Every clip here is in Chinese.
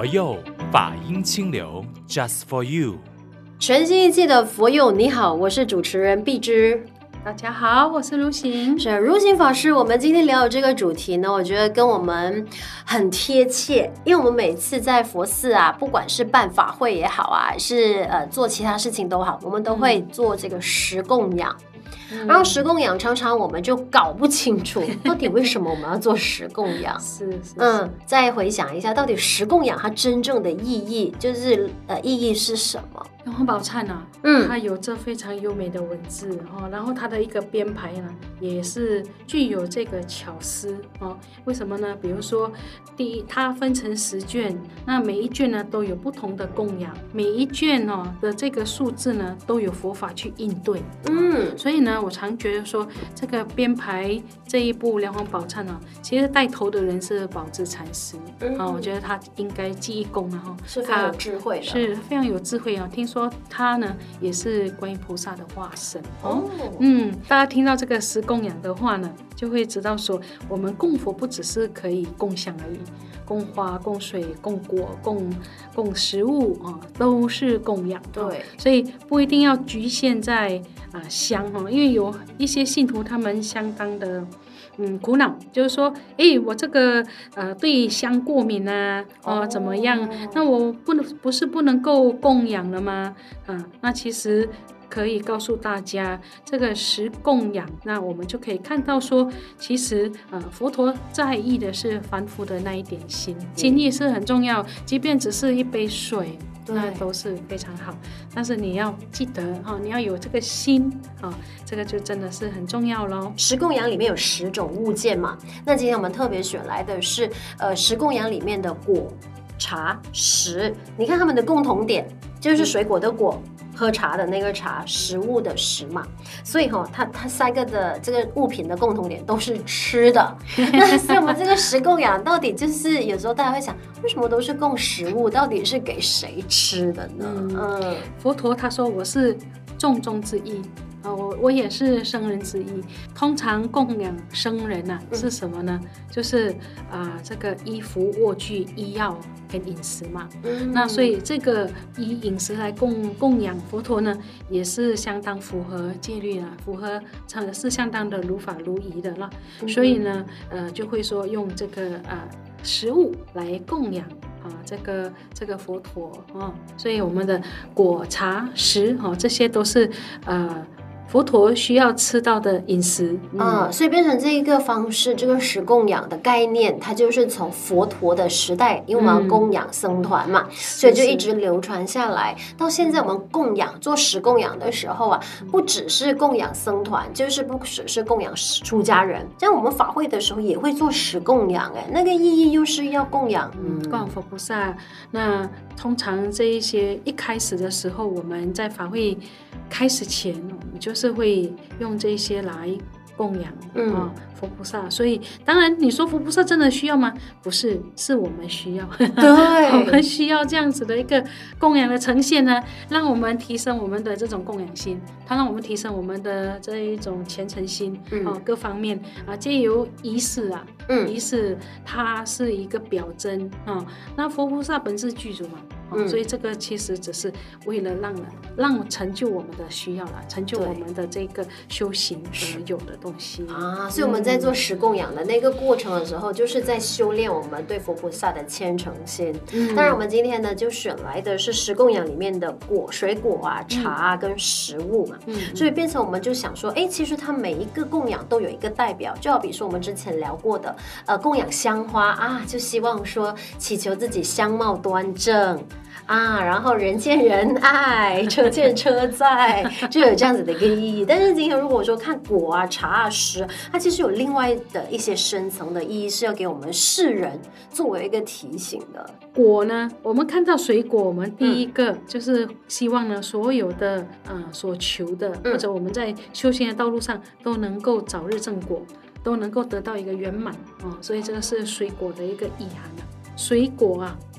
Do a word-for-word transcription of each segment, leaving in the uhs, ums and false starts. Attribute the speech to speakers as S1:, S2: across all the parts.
S1: 佛佑法音清流 Just for you。
S2: 全新一季的佛佑你好，我是主持人碧芝。
S3: 大家好，我是如行。
S2: 是如行法师，我们今天聊的这个主题呢，我觉得跟我们很贴切，因为我们每次在佛寺啊，不管是办法会也好啊，还是呃做其他事情都好，我们都会做这个十供养。嗯、然后十供养常常我们就搞不清楚到底为什么我们要做十供养。
S3: 是是是。
S2: 嗯，再回想一下，到底十供养它真正的意义，就是呃意义是什么？
S3: 龙华宝忏啊，嗯，它有着非常优美的文字哦，然后它的一个编排呢，也是具有这个巧思哦。为什么呢？比如说，第一，它分成十卷，那每一卷呢都有不同的供养，每一卷哦的这个数字呢都有佛法去应对。嗯，所以呢，我常觉得说，这个编排这一部《梁皇宝忏》呢，其实带头的人是宝智禅师啊、嗯哦，我觉得他应该记一功啊，哈，
S2: 是非常有智慧的，
S3: 是非常有智慧啊。听说他呢也是观音菩萨的化身哦。嗯，大家听到这个十供养的话呢，就会知道说，我们供佛不只是可以供香而已，供花、供水、供果、供供食物啊、哦，都是供养。
S2: 对、哦，
S3: 所以不一定要局限在啊、呃、香哈、哦，因为有一些信徒他们相当的。嗯，苦恼就是说，哎，我这个呃对香过敏啊，哦、呃、怎么样？那我不能不是不能够供养了吗？啊，那其实可以告诉大家，这个十供养，那我们就可以看到说，其实呃佛陀在意的是凡夫的那一点心，心意是很重要，即便只是一杯水。那都是非常好，但是你要记得哈，你要有这个心啊，这个就真的是很重要咯。
S2: 十供养里面有十种物件嘛，那今天我们特别选来的是呃十供养里面的果、茶、食，你看他们的共同点就是水果的果。嗯，喝茶的那个茶，食物的食嘛，所以哈、哦，它它三个的这个物品的共同点都是吃的。那所以我们这个十供养到底就是有时候大家会想，为什么都是供食物？到底是给谁吃的呢？嗯，
S3: 嗯佛陀他说我是众中之一。啊，我我也是生人之一。通常供养生人啊，是什么呢？嗯、就是啊、呃，这个衣服、卧具、医药跟饮食嘛。嗯、那所以这个以饮食来供供养佛陀呢，也是相当符合戒律啊，符合是相当的如法如仪的了。嗯、所以呢，呃，就会说用这个啊、呃、食物来供养。啊，这个这个佛陀啊、哦，所以我们的果茶食哦，这些都是呃佛陀需要吃到的饮食。
S2: 嗯，啊、所以变成这一个方式，这个十供养的概念，它就是从佛陀的时代，因为我们要供养僧团嘛，嗯、所以就一直流传下来。到现在我们供养做十供养的时候啊，不只是供养僧团，就是不只是供养出家人，像我们法会的时候也会做十供养，哎，那个意义又是要供养，
S3: 嗯，供养佛菩萨。那通常这一些一开始的时候，我们在法会开始前，我们就是会用这些来供养、嗯哦、佛菩萨。所以当然你说佛菩萨真的需要吗？不是，是我们需要。
S2: 对，
S3: 我们需要这样子的一个供养的呈现呢，让我们提升我们的这种供养心，它让我们提升我们的这一种虔诚心、嗯哦、各方面啊，借由仪式啊，嗯、仪式它是一个表征啊、哦。那佛菩萨本是具足嘛。嗯、所以这个其实只是为了让让成就我们的需要啦，成就我们的这个修行而有的东西
S2: 啊。所以我们在做十供养的那个过程的时候，嗯、就是在修炼我们对佛菩萨的虔诚心。嗯、当然，我们今天呢就选来的是十供养里面的果、水果啊、茶啊跟食物嘛。嗯、所以变成我们就想说，哎，其实它每一个供养都有一个代表，就好比说我们之前聊过的，呃，供养香花啊，就希望说祈求自己相貌端正。啊，然后人见人爱，车见车载，就有这样子的一个意义。但是今天如果说看果啊、茶啊、食，它其实有另外的一些深层的意义，是要给我们世人作为一个提醒的。
S3: 果呢，我们看到水果，我们第一个就是希望呢，所有的呃所求的，或者我们在修行的道路上都能够早日正果，都能够得到一个圆满啊、哦。所以这个是水果的一个意涵啊。水果啊。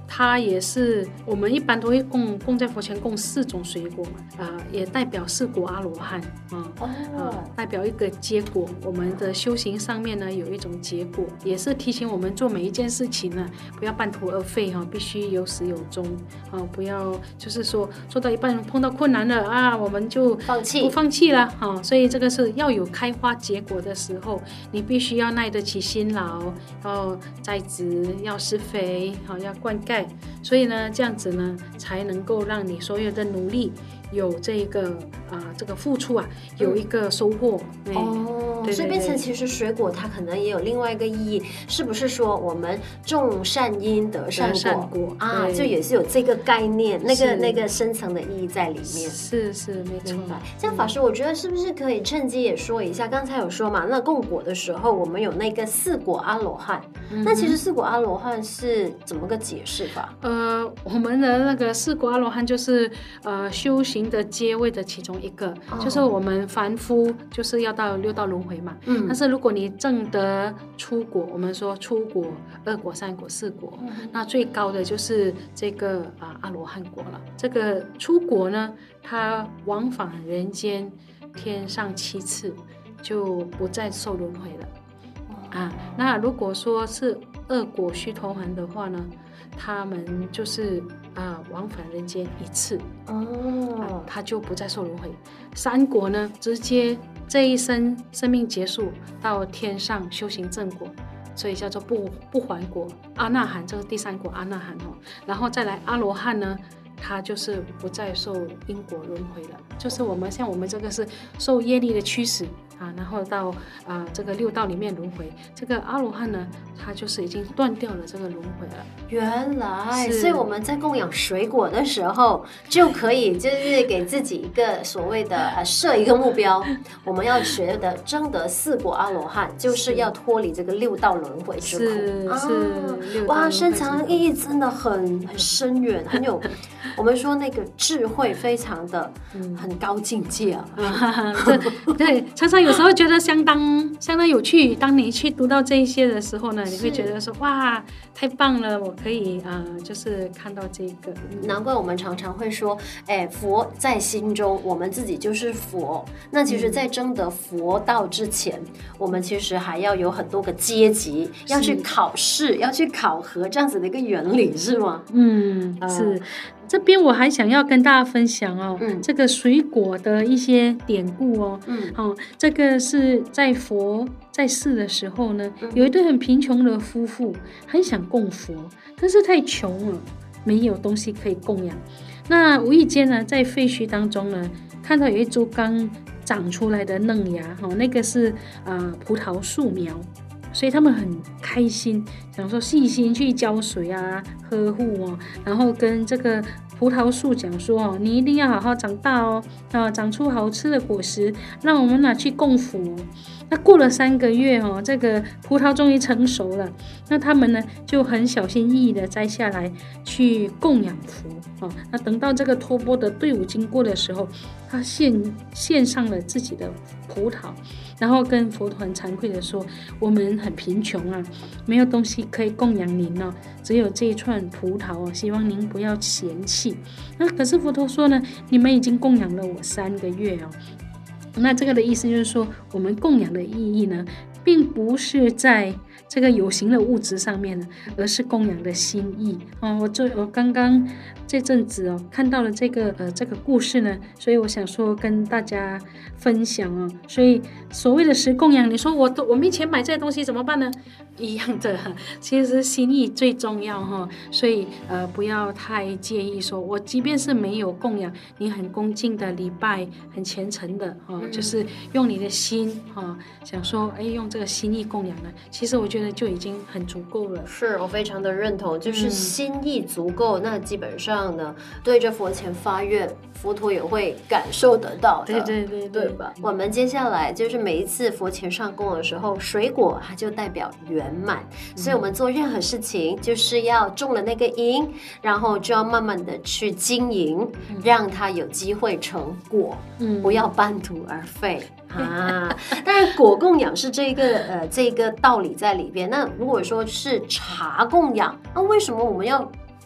S3: 它也是我们一般都会供供在佛前供四种水果嘛，啊、呃，也代表四果阿罗汉啊，啊、呃，代表一个结果。我们的修行上面呢有一种结果，也是提醒我们做每一件事情呢，不要半途而废哈、啊，必须有始有终啊，不要就是说做到一半碰到困难了啊，我们就
S2: 放弃
S3: 不放弃了哈、啊。所以这个是要有开花结果的时候，你必须要耐得起辛劳，要栽植，要施肥，好、啊，要灌溉。所以呢，这样子呢，才能够让你所有的努力有这个啊、呃，这个付出啊，有一个收获。
S2: 嗯、哦，对对对，所以变成其实水果它可能也有另外一个意义，是不是说我们种善因得善果, 善果啊？就也是有这个概念，那个那个深层的意义在里面。
S3: 是是没错。
S2: 这样法师，我觉得是不是可以趁机也说一下？刚才有说嘛，那供果的时候，我们有那个四果阿罗汉。嗯、那其实四果阿罗汉是怎么个解释法？
S3: 呃，我们的那个四果阿罗汉就是呃修行的阶位的其中一个，哦、就是我们凡夫就是要到六道轮回嘛。嗯。但是如果你证得初果，我们说初果、二果、三果、四果，嗯、那最高的就是这个啊阿罗汉果了。这个初果呢，它往返人间天上七次，就不再受轮回了。啊，那如果说是二果须陀洹的话呢，他们就是啊往返人间一次哦、啊，他就不再受轮回。三果呢，直接这一生生命结束到天上修行正果，所以叫做不不还果。阿那含这个第三果阿那含哦，然后再来阿罗汉呢，他就是不再受因果轮回了，就是我们像我们这个是受业力的驱使啊，然后到啊这个六道里面轮回。这个阿罗汉呢，他就是已经断掉了这个轮回了。
S2: 原来，所以我们在供养水果的时候，就可以就是给自己一个所谓的呃设一个目标，我们要学的证得四果阿罗汉，就是要脱离这个六道轮回之苦。
S3: 是、啊、是，
S2: 哇，深藏意义真的很很深远，很有。我们说那个智慧非常的、嗯、很高境界啊，
S3: 啊对, 对，常常有时候觉得相当相当有趣。当你去读到这一些的时候呢，你会觉得说哇，太棒了，我可以啊、呃，就是看到这个。
S2: 难怪我们常常会说，哎，佛在心中，我们自己就是佛。那其实，在证得佛道之前，嗯、我们其实还要有很多个阶级，要去考试，要去考核，这样子的一个原理，是吗？
S3: 嗯，呃、是。这边我还想要跟大家分享哦，嗯、这个水果的一些典故哦。嗯，哦，这个是在佛在世的时候呢，嗯、有一对很贫穷的夫妇，很想供佛，但是太穷了，没有东西可以供养。那无意间呢，在废墟当中呢，看到有一株刚长出来的嫩芽，哈、哦，那个是啊、呃、葡萄树苗。所以他们很开心，想说细心去浇水啊，呵护哦，然后跟这个葡萄树讲说哦，你一定要好好长大哦，啊，长出好吃的果实，让我们拿去供佛哦。那过了三个月哦，这个葡萄终于成熟了，那他们呢就很小心翼翼的摘下来去供养佛哦。那等到这个托钵的队伍经过的时候，他献献上了自己的葡萄。然后跟佛陀很惭愧的说，我们很贫穷啊，没有东西可以供养您哦，只有这一串葡萄哦，希望您不要嫌弃。那可是佛陀说呢，你们已经供养了我三个月哦。那这个的意思就是说，我们供养的意义呢，并不是在这个有形的物质上面呢，而是供养的心意哦。我这我刚刚这阵子哦看到了这个呃这个故事呢，所以我想说跟大家分享哦。所以所谓的实供养，你说我都我没钱买这些东西怎么办呢？一样的，其实心意最重要哈。所以呃不要太介意说，我即便是没有供养，你很恭敬的礼拜，很虔诚的哈、哦嗯，就是用你的心哈、哦，想说哎用这个心意供养呢，其实我觉得就已经很足够了。
S2: 是我非常的认同，就是心意足够，嗯、那基本上呢，对着佛前发愿，佛陀也会感受得到的。
S3: 对对对 对,
S2: 对吧？我们接下来就是每一次佛前上供的时候，水果它就代表圆满，嗯、所以我们做任何事情就是要种了那个因，然后就要慢慢的去经营，嗯、让它有机会成果，嗯、不要半途而废。啊，当然果供养是这个呃这个道理在里边。那如果说是茶供养，那为什么我们要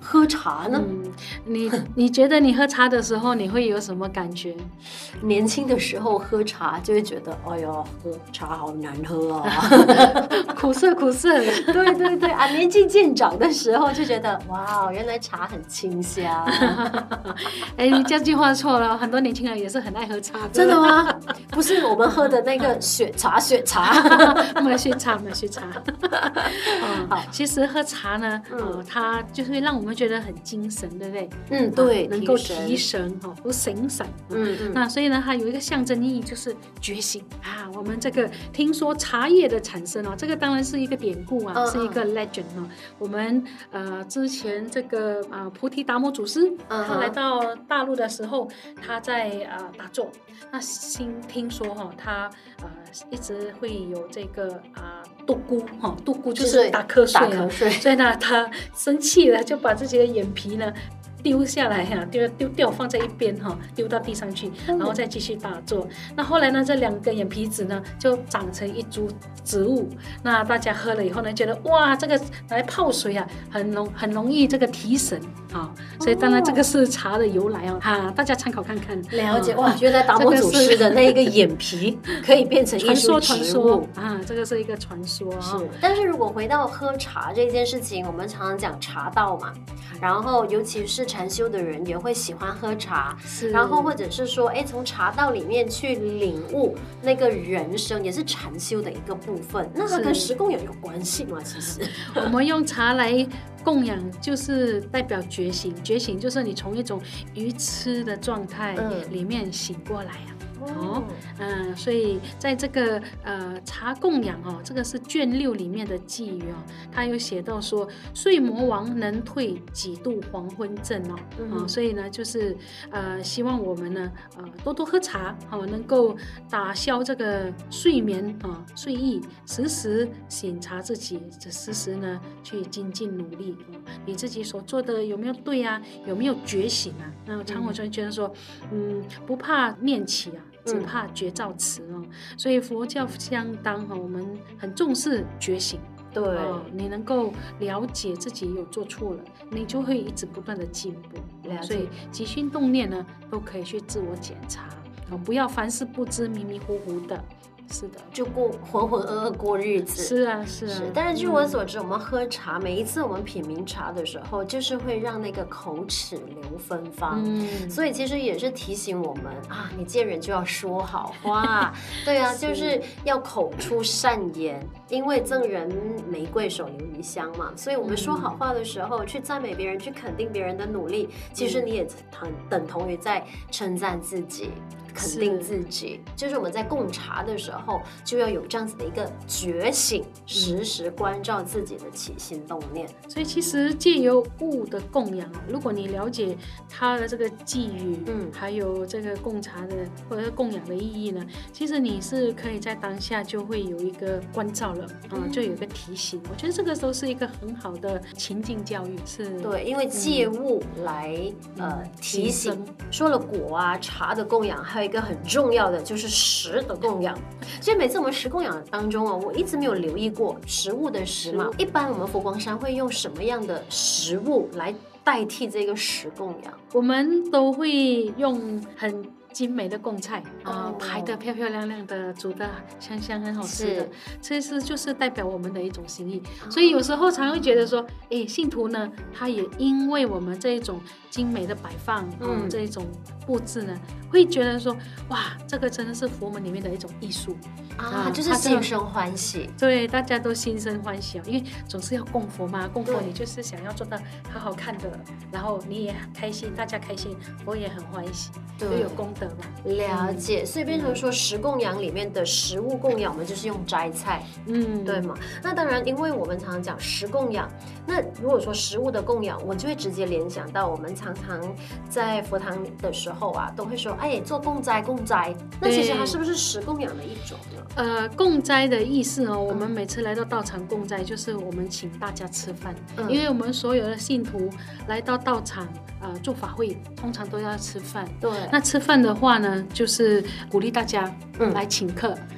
S2: 喝茶呢？
S3: 嗯，你你觉得你喝茶的时候你会有什么感觉？
S2: 年轻的时候喝茶就会觉得，哎呀，喝茶好难喝啊，
S3: 苦涩苦涩的。
S2: 对对对啊，年纪渐长的时候就觉得，哇，原来茶很清香。
S3: 哎，你这句话错了，很多年轻人也是很爱喝茶的。
S2: 真的吗？不是我们喝的那个雪茶，雪茶，
S3: 买雪茶，买雪茶。嗯，好，其实喝茶呢，呃，它就是会让我们觉得很精神，对不对？
S2: 嗯，对，
S3: 能够提神哈，不醒神。嗯嗯。那所以呢，它有一个象征意义，就是觉醒啊。我们这个听说茶叶的产生哦，这个当然是一个典故啊，是一个 legend 哦。我们呃之前这个啊菩提达摩祖师，他来到大陆的时候，他在呃打坐。那新听说哈、哦，他呃一直会有这个啊、呃、度孤哈、哦，度孤就是打瞌睡，打瞌睡，所以呢，他生气了，就把自己的眼皮呢丢下来哈，丢丢掉放在一边哈，丢到地上去，然后再继续打坐。那后来呢，这两个眼皮子呢就长成一株植物。那大家喝了以后呢，觉得哇，这个来泡水啊，很容很容易这个提神啊。所以当然这个是茶的由来哦，哈，大家参考看看。
S2: 了解哇，原来达摩祖师的那一个眼皮可以变成一株植物
S3: 啊，这个是一个传说啊。
S2: 是，但是如果回到喝茶这件事情，我们常常讲茶道嘛，然后尤其是禅修的人也会喜欢喝茶，然后或者是说，哎，从茶道里面去领悟那个人生，也是禅修的一个部分。那它跟食供养有关系吗？其实
S3: 我们用茶来供养，就是代表觉醒，觉醒就是你从一种愚痴的状态里面醒过来啊。哦，嗯、呃，所以在这个呃茶供养哦，这个是卷六里面的寄语哦，他有写到说，睡魔王能退，几度黄昏正哦，嗯、哦，所以呢，就是呃希望我们呢呃多多喝茶哦，能够打消这个睡眠啊、哦、睡意，时时醒察自己，时时呢去精进努力、哦，你自己所做的有没有对啊？有没有觉醒啊？那常我就觉得说，嗯，不怕念起啊。只怕觉照迟哦，所以佛教相当哈，我们很重视觉醒。
S2: 对、哦，
S3: 你能够了解自己有做错了，你就会一直不断的进步。所以起心动念呢，都可以去自我检查，哦，不要凡事不知，迷迷糊糊的。是的，
S2: 就过浑浑噩噩过日子。
S3: 是啊，是啊。是，
S2: 但是据我所知，嗯、我们喝茶，每一次我们品茗茶的时候，就是会让那个口齿留芬芳。嗯，所以其实也是提醒我们啊，你见人就要说好话。对啊，就是要口出善言，因为赠人玫瑰，手留余香嘛。所以我们说好话的时候，嗯、去赞美别人，去肯定别人的努力，其实你也很等同于在称赞自己。肯定自己，就是我们在供茶的时候，就要有这样子的一个觉醒，时时关照自己的起心动念。
S3: 所以其实借由物的供养，如果你了解它的这个寄语，嗯，还有这个供茶的或者是供养的意义呢，其实你是可以在当下就会有一个关照了，嗯，嗯就有一个提醒。我觉得这个都是一个很好的情境教育，是
S2: 对，因为借物来、嗯、呃提醒。说了果啊茶的供养，还有一个很重要的就是食的供养，所以每次我们食供养当中哦，我一直没有留意过食物的食嘛。一般我们佛光山会用什么样的食物来代替这个食供养？
S3: 我们都会用很精美的贡菜啊、oh. 呃，排得漂漂亮亮的，煮得香香，很好吃的，这是就是代表我们的一种心意。Oh. 所以有时候常会觉得说，哎，信徒呢，他也因为我们这一种精美的摆放，嗯，呃、这一种布置呢，会觉得说，哇，这个真的是佛门里面的一种艺术
S2: 啊，呃、就是心生欢喜。
S3: 对，大家都心生欢喜，因为总是要供佛嘛，供佛你就是想要做到好好看的，然后你也开心，大家开心，佛也很欢喜，都有功德。
S2: 了解，所以变成说食供养里面的食物供养，我们就是用斋菜，嗯，对吗？那当然，因为我们常常讲食供养，那如果说食物的供养，我就会直接联想到我们常常在佛堂的时候啊，都会说，哎，做供斋，供斋。那其实它是不是食供养的一种呢？
S3: 呃，供斋的意思哦，我们每次来到道场供斋，就是我们请大家吃饭，嗯、因为我们所有的信徒来到道场，呃，做法会通常都要吃饭。
S2: 对，
S3: 那吃饭的话呢，就是鼓励大家来请客、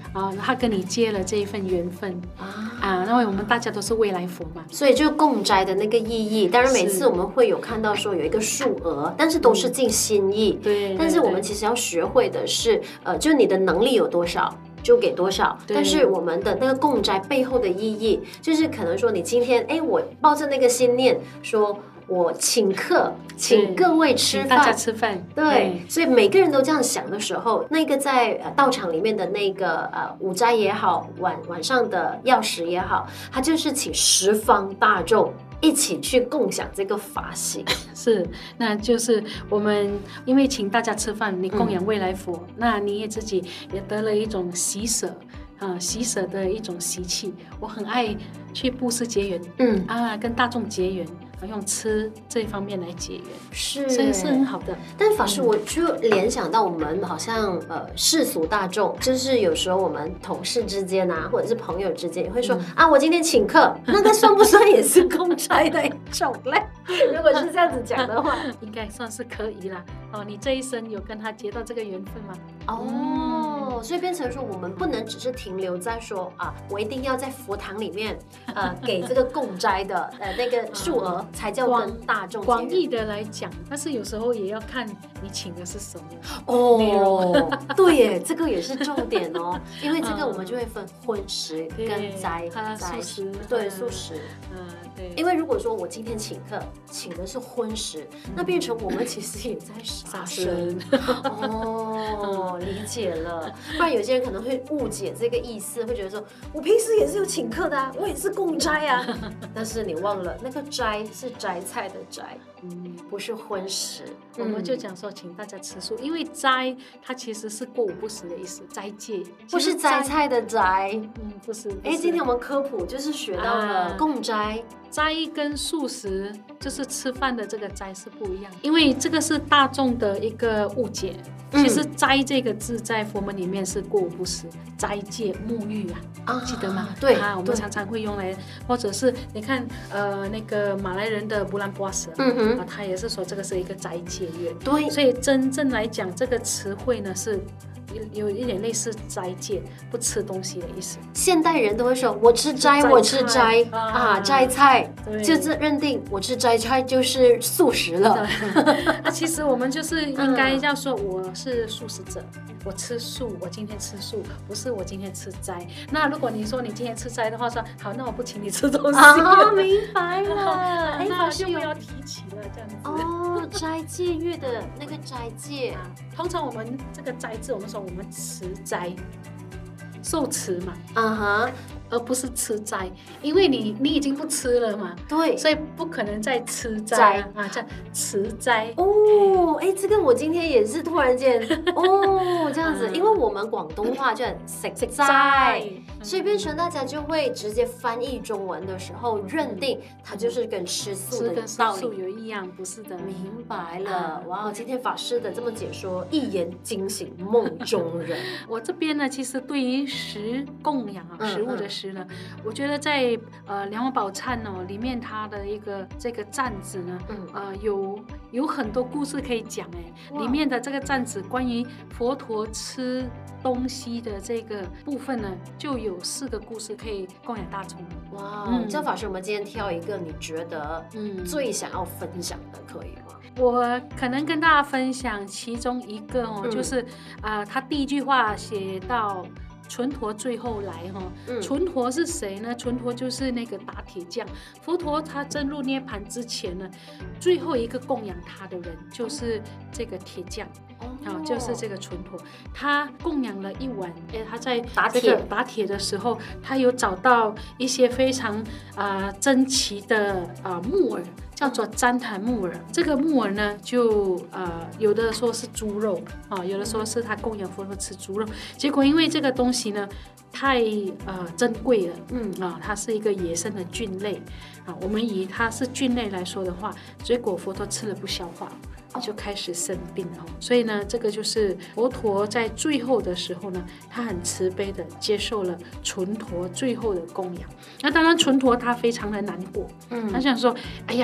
S3: 啊，他跟你结了这一份缘分啊啊，因为我们大家都是未来佛嘛，
S2: 所以就供斋的那个意义，当然每次我们会有看到说有一个数额，但是都是尽心意。
S3: 对，
S2: 但是我们其实要学会的是，呃，就你的能力有多少。就给多少，但是我们的那个供斋背后的意义，就是可能说你今天，哎，我抱着那个心念，说我请客，请各位吃饭，
S3: 大家吃饭，
S2: 对，所以每个人都这样想的时候，那个在道场里面的那个呃午斋也好，晚晚上的药食也好，它就是请十方大众一起去共享这个法喜。
S3: 是，那就是我们因为请大家吃饭，你供养未来佛，嗯、那你也自己也得了一种喜舍啊，喜舍的一种习气。我很爱去布施结缘，嗯啊，跟大众结缘。用吃这一方面来结缘，
S2: 是，
S3: 所以是很好的。
S2: 但法师，我就联想到我们好像呃世俗大众，就是有时候我们同事之间啊，或者是朋友之间也会说、嗯、啊，我今天请客，那个算不算也是供斋的一种嘞？如果是这样子讲的话，
S3: 应该算是可以啦。哦，你这一生有跟他结到这个缘分吗？
S2: 哦、嗯，所以变成说，我们不能只是停留在说啊，我一定要在佛堂里面呃给这个供斋的呃那个数额。才叫跟大众
S3: 广义的来讲，但是有时候也要看你请的是什么
S2: 哦。对耶，这个也是重点哦，因为这个我们就会分荤食跟斋，
S3: 斋食
S2: 对素食，嗯对。因为如果说我今天请客，请的是荤食，那变成我们其实也在杀生哦，理解了。不然有些人可能会误解这个意思，会觉得说我平时也是有请客的啊，我也是供斋啊，但是你忘了那个斋。是摘菜的摘，嗯，不是荤食。
S3: 我们就讲说，请大家吃素，因为斋它其实是过午不食的意思，斋戒，
S2: 不是摘菜的摘。
S3: 嗯，不是。
S2: 哎，今天我们科普就是学到了供斋。
S3: 斋跟素食就是吃饭的这个斋是不一样，因为这个是大众的一个误解。其实斋这个字在佛门里面是过午不食、斋戒、沐浴啊，啊记得吗？
S2: 对
S3: 啊，我们常常会用来，或者是你看呃那个马来人的布兰布什，嗯哼，啊，他也是说这个是一个斋戒月。
S2: 对，
S3: 所以真正来讲，这个词汇呢是。有一点类似斋戒，不吃东西的意思。
S2: 现代人都会说我吃斋，我吃斋啊，斋菜，就是认定我吃斋菜就是素食了。
S3: 那其实我们就是应该要说我是素食者，我吃素，我今天吃素，不是我今天吃斋。那如果你说你今天吃斋的话，说好，那我不请你吃东西。
S2: 哦，明白了，
S3: 哎，那就不要提起了，这样子。
S2: 哦，斋戒月的那个斋戒，
S3: 通常我们这个斋字，我们说。我们持斋，受持嘛，
S2: 啊哈，
S3: 而不是吃斋，因为你你已经不吃了嘛，
S2: 对，
S3: 所以不可能再吃斋啊，叫持斋。
S2: 哦，哎，这个我今天也是突然间哦这样子，因为我们广东话就很食斋，所以变成大家就会直接翻译中文的时候认定它就是跟吃素的道理
S3: 有一样，不是的。
S2: 明白了，哇，今天法师的这么解说，一言惊醒梦中人。
S3: 我这边呢，其实对于食供养啊，食物的食呢，我觉得在呃《梁王宝忏》哦里面，它的一个这个赞子呢，呃有有很多故事可以讲哎，里面的这个赞子关于佛陀吃东西的这个部分呢，就有四个故事可以供养大众。
S2: 哇，嗯，这法师，我们今天挑一个你觉得嗯最想要分享的，可以吗？
S3: 我可能跟大家分享其中一个哦，嗯、就是啊、呃，他第一句话写到。纯陀最后来哈，嗯、纯陀是谁呢？纯陀就是那个打铁匠。佛陀他真入涅槃之前呢，最后一个供养他的人就是这个铁匠，哦，哦就是这个纯陀。他供养了一碗，哎，他在打铁打铁的时候，他有找到一些非常啊、呃、珍奇的啊、呃、木耳。叫做旃檀木耳，这个木耳呢，就呃有的说是猪肉啊，有的说是他供养佛陀吃猪肉，结果因为这个东西呢太呃珍贵了，嗯啊，它是一个野生的菌类啊，我们以它是菌类来说的话，结果佛陀吃了不消化。就开始生病了，所以呢，这个就是佛陀在最后的时候呢，他很慈悲的接受了纯陀最后的供养。那当然，纯陀他非常的难过，嗯，他想说，哎呀，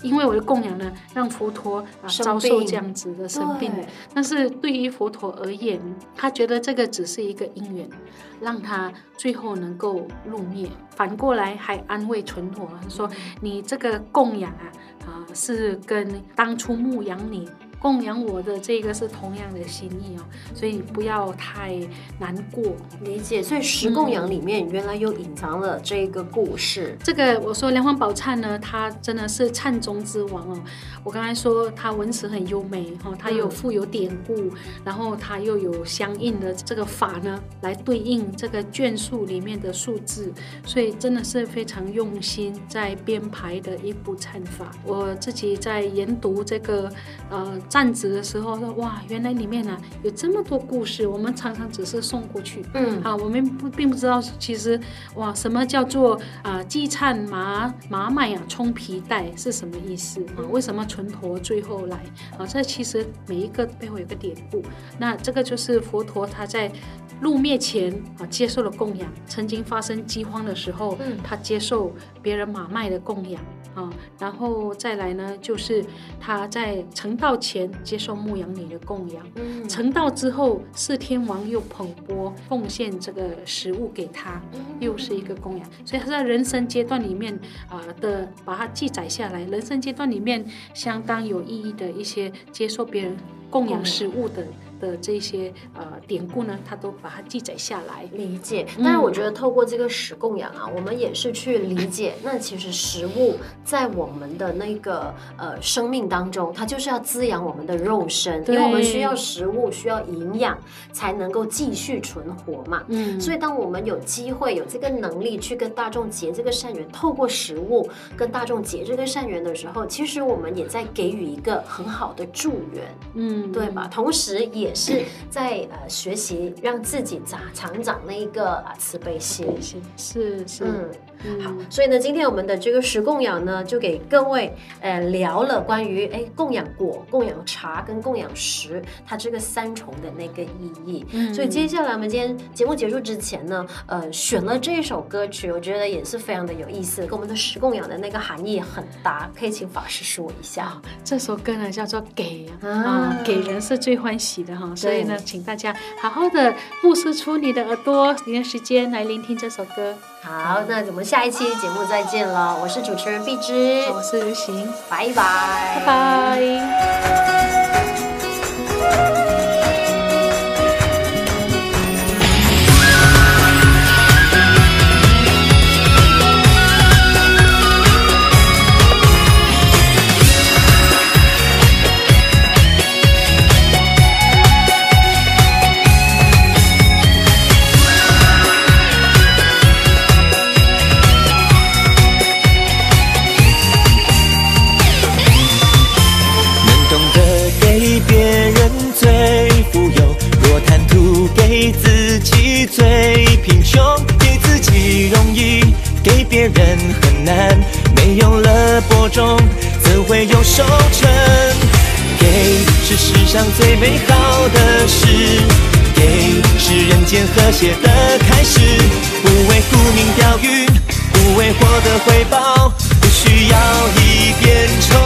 S3: 因为我的供养呢，让佛陀啊遭受这样子的生病。但是对于佛陀而言，他觉得这个只是一个因缘，让他最后能够入灭。反过来还安慰纯陀说：“你这个供养啊，啊是跟当初牧养你。”供养我的这个是同样的心意哦，所以不要太难过。
S2: 理解，所以十供养里面原来又隐藏了这个故事。
S3: 嗯、这个我说梁皇宝忏呢，他真的是忏中之王哦。我刚才说他文词很优美哈、哦，他有富有典故，嗯、然后他又有相应的这个法呢来对应这个卷数里面的数字，所以真的是非常用心在编排的一部忏法。我自己在研读这个呃。站子的时候说哇，原来里面呢、啊、有这么多故事，我们常常只是送过去，嗯，啊，我们不并不知道其实哇，什么叫做啊积忏麻麻麦啊充皮带是什么意思啊？为什么纯陀最后来啊？这其实每一个背后有个典故，那这个就是佛陀他在入灭前啊接受了供养，曾经发生饥荒的时候，嗯、他接受别人马麦的供养啊，然后再来呢就是他在成道前接受牧羊女的供养，嗯、成道之后四天王又捧钵奉献这个食物给他，嗯、又是一个供养，所以他在人生阶段里面啊、呃、的把它记载下来，人生阶段里面相当有意义的一些接受别人供养食物的。的这些呃典故呢，他都把它记载下来。
S2: 理解，但是我觉得透过这个十供养啊，我们也是去理解，那其实食物在我们的那个呃生命当中，它就是要滋养我们的肉身，因为我们需要食物，需要营养，才能够继续存活嘛。嗯，所以当我们有机会有这个能力去跟大众结这个善缘，透过食物跟大众结这个善缘的时候，其实我们也在给予一个很好的助缘，嗯，对吧？同时也也是在呃学习让自己长常长那一个啊慈悲心，
S3: 是是
S2: 嗯。好，所以呢，今天我们的这个十供养呢，就给各位呃聊了关于哎供养果、供养茶跟供养食，它这个三重的那个意义。嗯，所以接下来我们今天节目结束之前呢，呃，选了这一首歌曲，我觉得也是非常的有意思，跟我们的十供养的那个含义很搭，可以请法师说一下。哦、
S3: 这首歌呢叫做《给》啊，啊给人是最欢喜的哈，所以呢，请大家好好的布施出你的耳朵、你的时间来聆听这首歌。
S2: 好，那我们下一期节目再见了。我是主持人碧芝，
S3: 我是刘行，
S2: 拜拜，
S3: 拜拜。
S4: 最贫穷，给自己容易，给别人很难。没有了播种，怎会有收成？给是世上最美好的事，给是人间和谐的开始。不为沽名钓誉，不为获得回报，不需要一点酬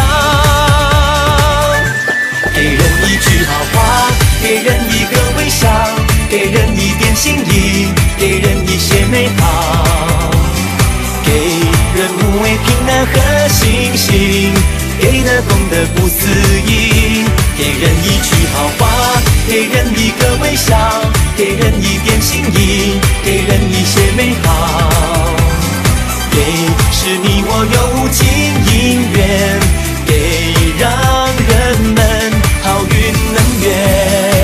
S4: 劳。给人一句好话，给人一个微笑，给人一点心意，给人一些美好，给人无畏平安和信心，给的懂得不思议。给人一句好话，给人一个微笑，给人一点心意，给人一些美好，给是你我有无尽因缘，给让人们好运能圆。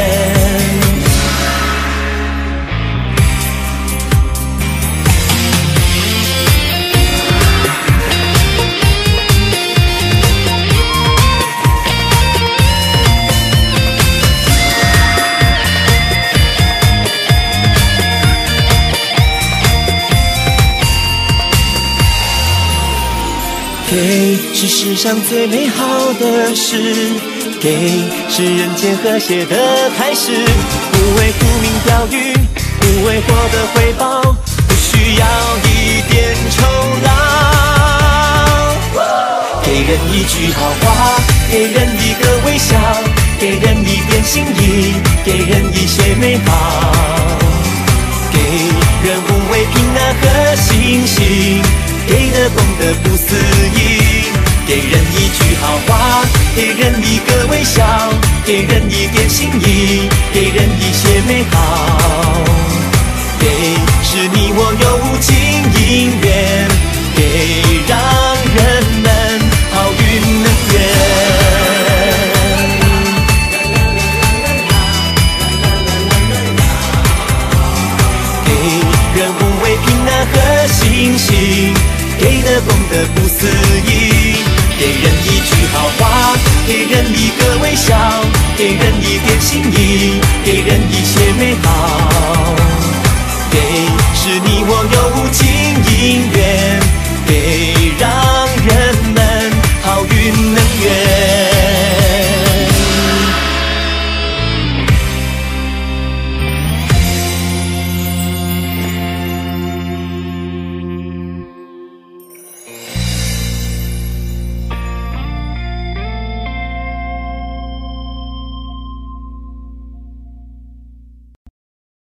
S4: 给是世上最美好的事，给是人间和谐的开始。不为沽名钓誉，不为获得回报，不需要一点酬劳。给人一心意，给人一些美好，给人无畏平安和信心，给的功德不思议，给人一句好话，给人一个微笑，给人一点心意，给人一些美好，给是你我有无尽因缘，给让人们好运能圆。给人无畏平安和信心，给的功德不思议，给人一句好话，给人一个微笑，给人一点心意，给人一些美好，给是你我有无尽因缘，给